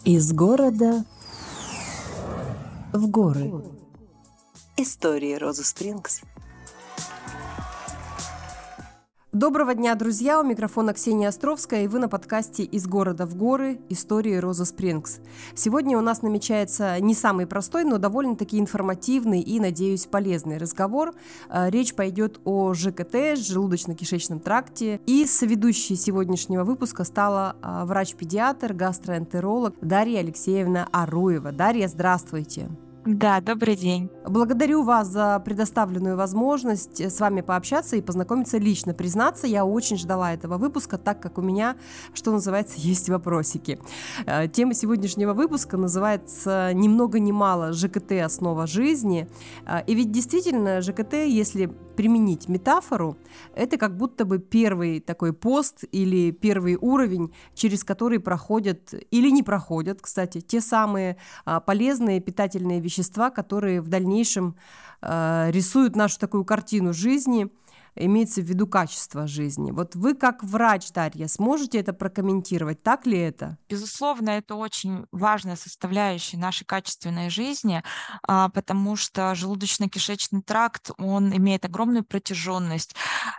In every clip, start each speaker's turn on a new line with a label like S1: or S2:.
S1: Из города в горы. Истории Розы Спрингс. Доброго дня, друзья! У микрофона Ксения Островская, и вы на подкасте «Из города в горы. Истории Розы Спрингс». Сегодня у нас намечается не самый простой, но довольно-таки информативный и, надеюсь, полезный разговор. Речь пойдет о ЖКТ, желудочно-кишечном тракте. И соведущей сегодняшнего выпуска стала врач-педиатр, гастроэнтеролог Дарья Алексеевна Аруева. Дарья, здравствуйте!
S2: Да, добрый день.
S1: Благодарю вас за предоставленную возможность с вами пообщаться и познакомиться лично. Признаться, я очень ждала этого выпуска, так как у меня, что называется, есть вопросики. Тема сегодняшнего выпуска называется «Ни много ни мало. ЖКТ. Основа жизни». И ведь действительно ЖКТ, если применить метафору, это как будто бы первый такой пост или первый уровень, через который проходят или не проходят, кстати, те самые полезные питательные вещества, которые в дальнейшем рисуют нашу такую картину жизни, имеется в виду качество жизни. Вот вы как врач, Дарья, сможете это прокомментировать? Так ли это?
S2: Безусловно, это очень важная составляющая нашей качественной жизни, потому что желудочно-кишечный тракт, он имеет огромную протяженность.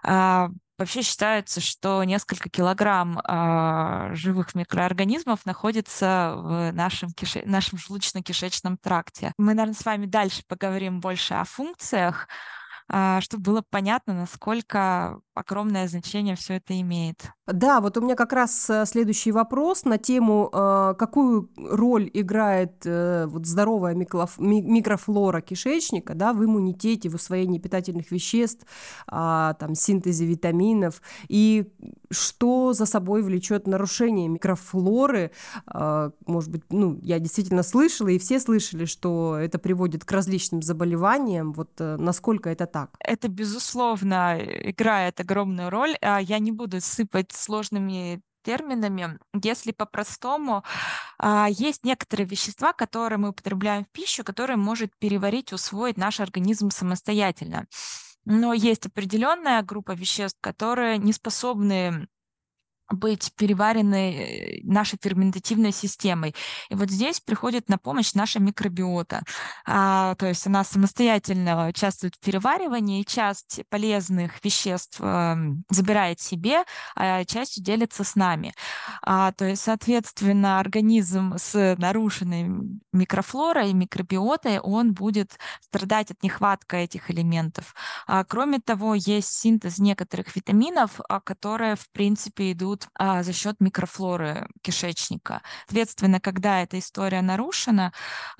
S2: Вообще считается, что несколько килограмм живых микроорганизмов находится в нашем желудочно-кишечном тракте. Мы, наверное, с вами дальше поговорим больше о функциях, чтобы было понятно, насколько огромное значение все это имеет.
S1: Да, вот у меня как раз следующий вопрос на тему, какую роль играет вот здоровая микрофлора кишечника, да, в иммунитете, в усвоении питательных веществ, там, синтезе витаминов, и что за собой влечет нарушение микрофлоры. Может быть, я действительно слышала, и все слышали, что это приводит к различным заболеваниям. Вот насколько это так?
S2: Это, безусловно, играет огромную роль. Я не буду сыпать сложными терминами. Если по-простому, есть некоторые вещества, которые мы употребляем в пищу, которые может переварить, усвоить наш организм самостоятельно. Но есть определенная группа веществ, которые не способны быть переварены нашей ферментативной системой. И вот здесь приходит на помощь наша микробиота. То есть она самостоятельно участвует в переваривании, и часть полезных веществ забирает себе, а частью делится с нами. То есть, соответственно, организм с нарушенной микрофлорой и микробиотой, он будет страдать от нехватки этих элементов. Кроме того, есть синтез некоторых витаминов, которые, в принципе, идут за счет микрофлоры кишечника. Соответственно, когда эта история нарушена,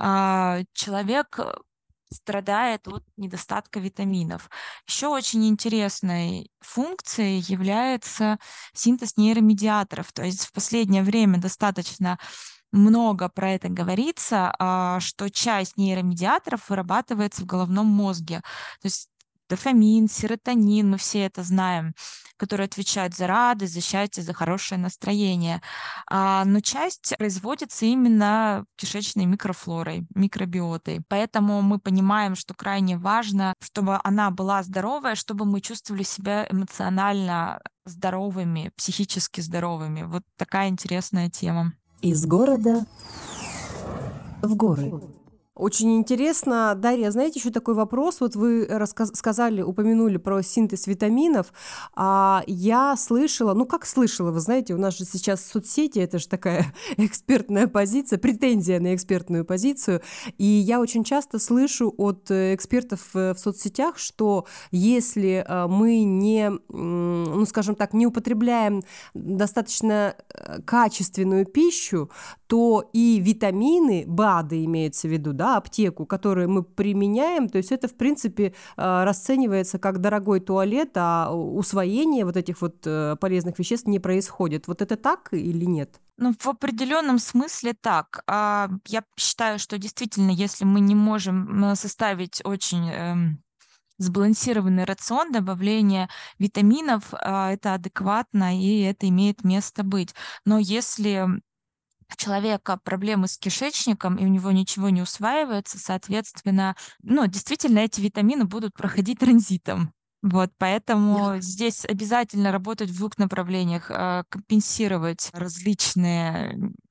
S2: человек страдает от недостатка витаминов. Еще очень интересной функцией является синтез нейромедиаторов. То есть в последнее время достаточно много про это говорится, что часть нейромедиаторов вырабатывается в головном мозге. То есть дофамин, серотонин, мы все это знаем, которые отвечают за радость, за счастье, за хорошее настроение. Но часть производится именно кишечной микрофлорой, микробиотой. Поэтому мы понимаем, что крайне важно, чтобы она была здоровая, чтобы мы чувствовали себя эмоционально здоровыми, психически здоровыми. Вот такая интересная тема.
S1: Из города в горы. Очень интересно. Дарья, знаете, еще такой вопрос. Вот вы упомянули про синтез витаминов. Я слышала, как слышала, вы знаете, у нас же сейчас соцсети, это же такая экспертная позиция, претензия на экспертную позицию. И я очень часто слышу от экспертов в соцсетях, что если мы не, скажем так, не употребляем достаточно качественную пищу, то и витамины, БАДы имеется в виду, да, аптеку, которые мы применяем, то есть это, в принципе, расценивается как дорогой туалет, а усвоение вот этих вот полезных веществ не происходит. Вот это так или нет?
S2: В определенном смысле так. Я считаю, что действительно, если мы не можем составить очень сбалансированный рацион добавления витаминов, это адекватно и это имеет место быть. Но если у человека проблемы с кишечником, и у него ничего не усваивается, соответственно, действительно, эти витамины будут проходить транзитом. Вот, поэтому здесь обязательно работать в двух направлениях, компенсировать различные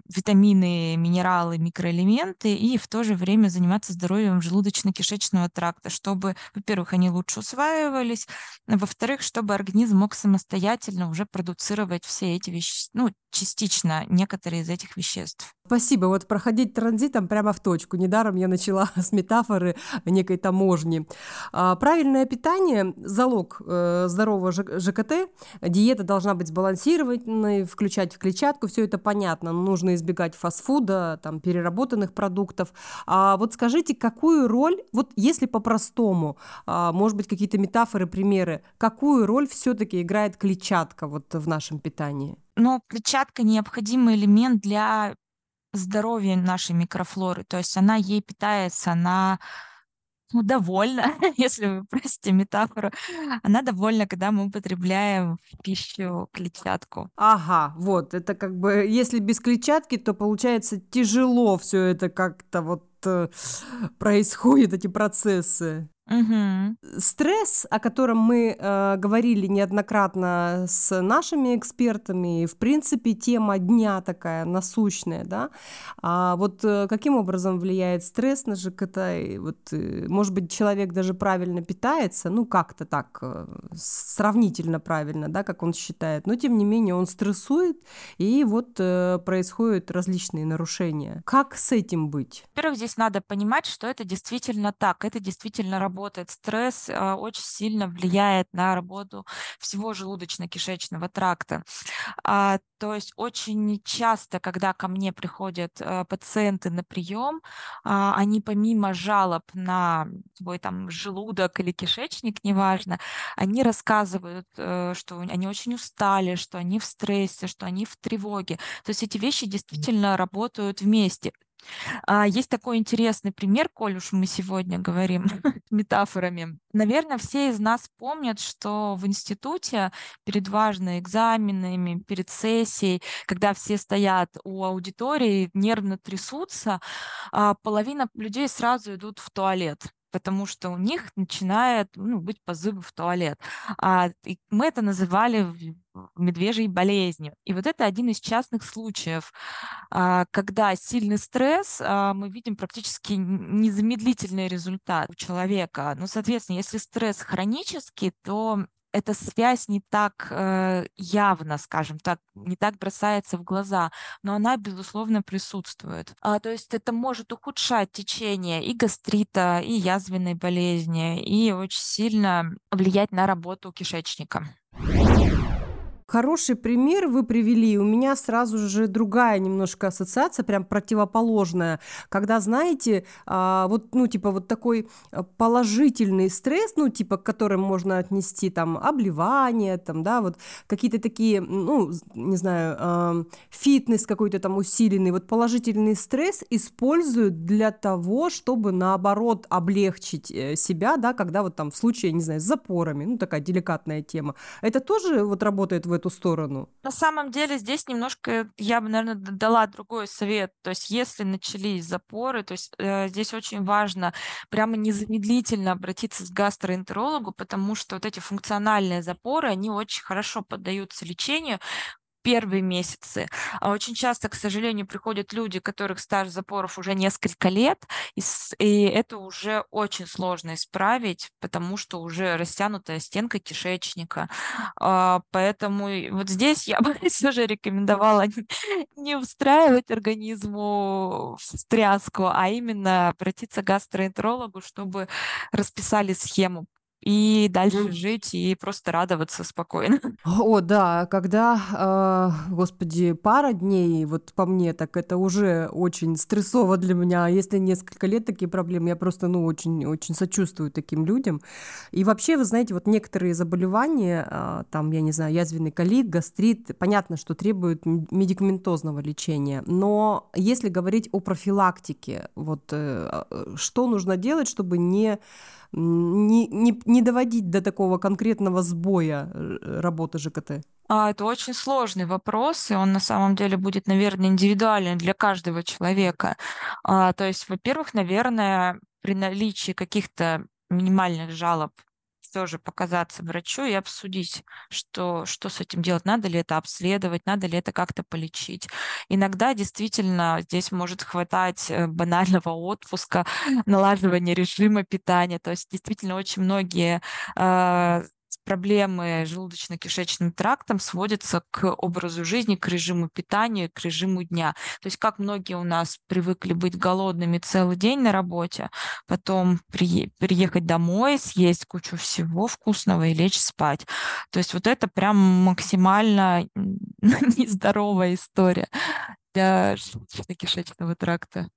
S2: витамины, минералы, микроэлементы и в то же время заниматься здоровьем желудочно-кишечного тракта, чтобы, во-первых, они лучше усваивались, а во-вторых, чтобы организм мог самостоятельно уже продуцировать все эти ну, частично некоторые из этих веществ.
S1: Спасибо. Вот проходить транзитом прямо в точку. Недаром я начала с метафоры некой таможни. Правильное питание– залог здорового ЖКТ. Диета должна быть сбалансированной, включать в клетчатку. Все это понятно. Нужно избегать фастфуда, там, переработанных продуктов. Вот скажите, какую роль, вот если по-простому, может быть, какие-то метафоры, примеры, какую роль все-таки играет клетчатка вот в нашем питании?
S2: Но клетчатка необходимый элемент для здоровья нашей микрофлоры. То есть она ей питается, она ну, довольна, если вы простите метафору, она довольна, когда мы употребляем в пищу клетчатку.
S1: Ага, вот, это как бы, если без клетчатки, то получается тяжело все это как-то вот происходит, эти процессы.
S2: Мгм.
S1: Стресс, о котором мы говорили неоднократно с нашими экспертами, в принципе, тема дня такая насущная, да. Вот каким образом влияет стресс на ЖКТ? И вот, может быть, человек даже правильно питается, ну как-то так, сравнительно правильно, да, как он считает, но тем не менее он стрессует, и вот происходят различные нарушения. Как с этим быть?
S2: Во-первых, здесь надо понимать, что это действительно так, это действительно работает. Стресс очень сильно влияет на работу всего желудочно-кишечного тракта. То есть очень часто, когда ко мне приходят пациенты на прием, они помимо жалоб на свой там желудок или кишечник, неважно, они рассказывают, что они очень устали, что они в стрессе, что они в тревоге. То есть эти вещи действительно работают вместе. Есть такой интересный пример, коль уж мы сегодня говорим метафорами. Наверное, все из нас помнят, что в институте перед важными экзаменами, перед сессией, когда все стоят у аудитории, нервно трясутся, половина людей сразу идут в туалет, потому что у них начинает быть позывы в туалет. И мы это называли медвежьей болезнью. И вот это один из частных случаев, когда сильный стресс, мы видим практически незамедлительный результат у человека. Ну, соответственно, если стресс хронический, то эта связь не так явно, скажем так, не так бросается в глаза, но она, безусловно, присутствует. То есть это может ухудшать течение и гастрита, и язвенной болезни, и очень сильно влиять на работу кишечника.
S1: Хороший пример вы привели. У меня сразу же другая немножко ассоциация, прям противоположная. Когда, знаете, вот, ну, типа, вот такой положительный стресс, ну, типа, к которым можно отнести там обливание, там, да, вот какие-то такие, ну, не знаю, фитнес какой-то там усиленный, вот положительный стресс используют для того, чтобы, наоборот, облегчить себя, да, когда вот там в случае, не знаю, с запорами, ну, такая деликатная тема. Это тоже вот работает в эту сторону?
S2: На самом деле здесь немножко я бы, наверное, дала другой совет. То есть если начались запоры, то есть здесь очень важно прямо незамедлительно обратиться к гастроэнтерологу, потому что вот эти функциональные запоры, они очень хорошо поддаются лечению первые месяцы. Очень часто, к сожалению, приходят люди, у которых стаж запоров уже несколько лет, и это уже очень сложно исправить, потому что уже растянутая стенка кишечника. Поэтому вот здесь я бы все же рекомендовала не устраивать организму встряску, а именно обратиться к гастроэнтерологу, чтобы расписали схему и дальше жить и просто радоваться спокойно.
S1: О да, когда, господи, пара дней, вот по мне, так это уже очень стрессово для меня. А если несколько лет такие проблемы, я просто, ну, очень очень сочувствую таким людям. И вообще, вы знаете, вот некоторые заболевания, там, я не знаю, язвенный колит, гастрит, понятно, что требуют медикаментозного лечения. Но если говорить о профилактике, вот, что нужно делать, чтобы не доводить до такого конкретного сбоя работы ЖКТ?
S2: Это очень сложный вопрос, и он на самом деле будет, наверное, индивидуален для каждого человека. То есть, во-первых, наверное, при наличии каких-то минимальных жалоб все же показаться врачу и обсудить, что с этим делать, надо ли это обследовать, надо ли это как-то полечить. Иногда действительно здесь может хватать банального отпуска, налаживания режима питания. То есть действительно очень многие проблемы с желудочно-кишечным трактом сводятся к образу жизни, к режиму питания, к режиму дня. То есть как многие у нас привыкли быть голодными целый день на работе, потом приехать домой, съесть кучу всего вкусного и лечь спать. То есть вот это прям максимально нездоровая история для желудочно-кишечного тракта.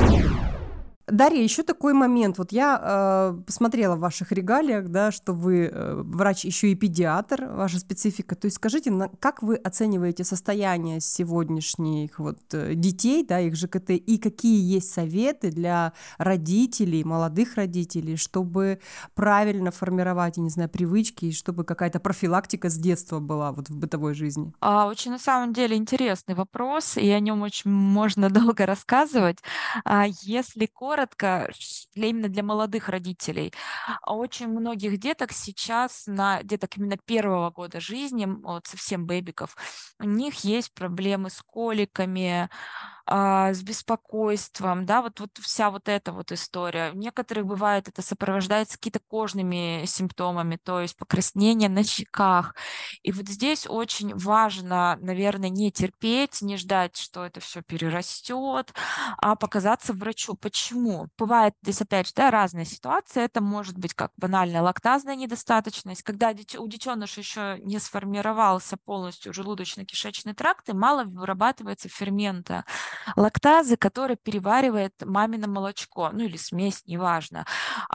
S1: Дарья, еще такой момент. Вот я посмотрела в ваших регалиях, да, что вы врач еще и педиатр, ваша специфика. То есть скажите, как вы оцениваете состояние сегодняшних вот детей, да, их ЖКТ, и какие есть советы для родителей, молодых родителей, чтобы правильно формировать, я не знаю, привычки, и чтобы какая-то профилактика с детства была вот в бытовой жизни?
S2: Очень на самом деле интересный вопрос, и о нем очень можно долго рассказывать. Если коротко, именно для молодых родителей, очень многих деток сейчас, деток именно первого года жизни, вот совсем бэбиков, у них есть проблемы с коликами, с беспокойством, да, вот вся вот эта вот история. У некоторых бывает это сопровождается какими-то кожными симптомами, то есть покраснение на щеках. И вот здесь очень важно, наверное, не терпеть, не ждать, что это все перерастет, а показаться врачу. Почему? Бывает здесь, опять же, да, разные ситуации. Это может быть как банальная лактазная недостаточность, когда у детеныша еще не сформировался полностью желудочно-кишечный тракт, и мало вырабатывается фермента лактазы, которая переваривает мамино молочко, ну или смесь, неважно.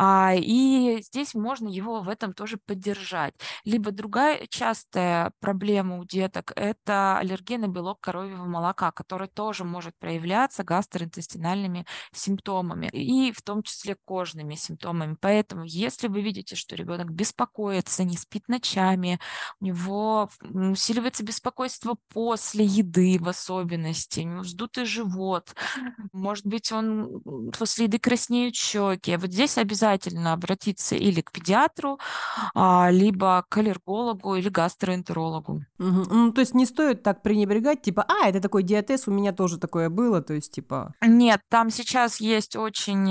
S2: И здесь можно его в этом тоже поддержать. Либо другая частая проблема у деток – это аллергия на белок коровьего молока, который тоже может проявляться гастроинтестинальными симптомами и в том числе кожными симптомами. Поэтому, если вы видите, что ребенок беспокоится, не спит ночами, у него усиливается беспокойство после еды в особенности, у него вздутый живот, может быть, он после еды краснеют щеки. Вот здесь обязательно обратиться или к педиатру, либо к аллергологу или гастроэнтерологу.
S1: Мгм. Ну, то есть не стоит так пренебрегать, типа, это такой диатез, у меня тоже такое было, то есть, типа...
S2: Нет, там сейчас есть очень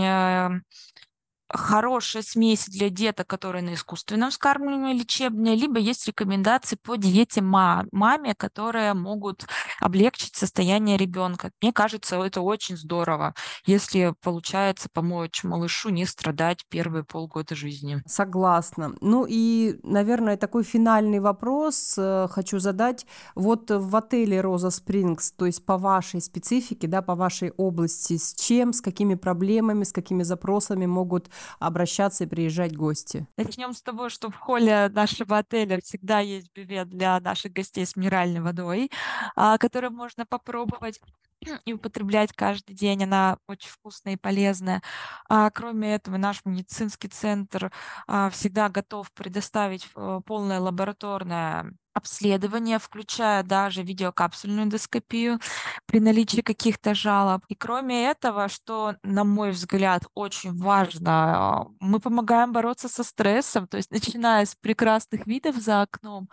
S2: хорошая смесь для деток, которые на искусственном вскармливании лечебные, либо есть рекомендации по диете маме, которые могут облегчить состояние ребенка. Мне кажется, это очень здорово, если получается помочь малышу не страдать первые полгода жизни.
S1: Согласна. Ну и, наверное, такой финальный вопрос хочу задать. Вот в отеле Роза Спрингс, то есть по вашей специфике, да, по вашей области, с чем, с какими проблемами, с какими запросами могут обращаться и приезжать гости?
S2: Начнем с того, что в холле нашего отеля всегда есть бювет для наших гостей с минеральной водой, который можно попробовать и употреблять каждый день. Она очень вкусная и полезная. Кроме этого, наш медицинский центр всегда готов предоставить полное лабораторное обследование, включая даже видеокапсульную эндоскопию при наличии каких-то жалоб. И кроме этого, что, на мой взгляд, очень важно, мы помогаем бороться со стрессом, то есть начиная с прекрасных видов за окном,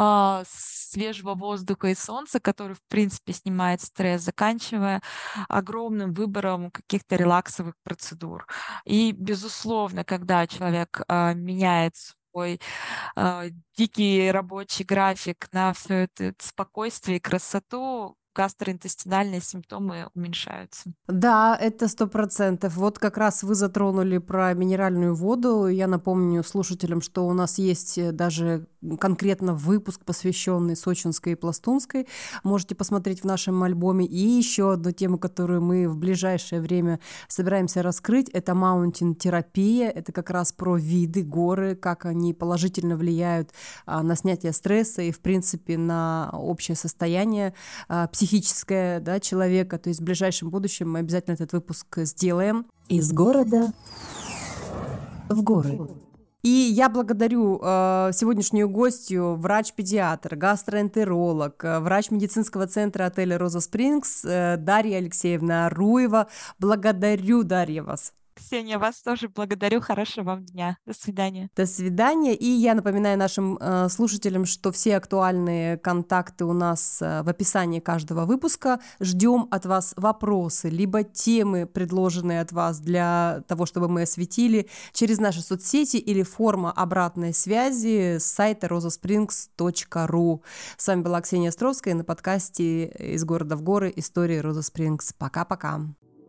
S2: свежего воздуха и солнца, который, в принципе, снимает стресс, заканчивая огромным выбором каких-то релаксовых процедур. И, безусловно, когда человек меняет свой а, дикий рабочий график на все это спокойствие и красоту, гастроинтестинальные симптомы уменьшаются.
S1: Да, это 100%. Вот как раз вы затронули про минеральную воду. Я напомню слушателям, что у нас есть даже конкретно выпуск, посвященный сочинской и пластунской. Можете посмотреть в нашем альбоме. И еще одну тему, которую мы в ближайшее время собираемся раскрыть, это маунтин-терапия. Это как раз про виды, горы, как они положительно влияют на снятие стресса и, в принципе, на общее состояние психическое, да, человека. То есть в ближайшем будущем мы обязательно этот выпуск сделаем. Из города в горы. И я благодарю сегодняшнюю гостью, врач-педиатр, гастроэнтеролог, врач медицинского центра отеля «Роза Спрингс» Дарья Алексеевна Аруева. Благодарю, Дарья, вас.
S2: Ксения, вас тоже благодарю. Хорошего вам дня. До свидания.
S1: До свидания. И я напоминаю нашим слушателям, что все актуальные контакты у нас в описании каждого выпуска. Ждем от вас вопросы, либо темы, предложенные от вас для того, чтобы мы осветили через наши соцсети или форма обратной связи с сайта rosasprings.ru. С вами была Ксения Островская на подкасте «Из города в горы. Истории Роза Спрингс». Пока-пока.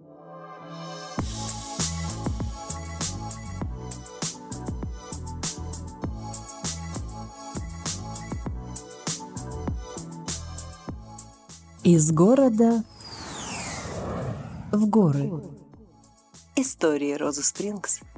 S1: Из города в горы. Истории Розы Спрингс.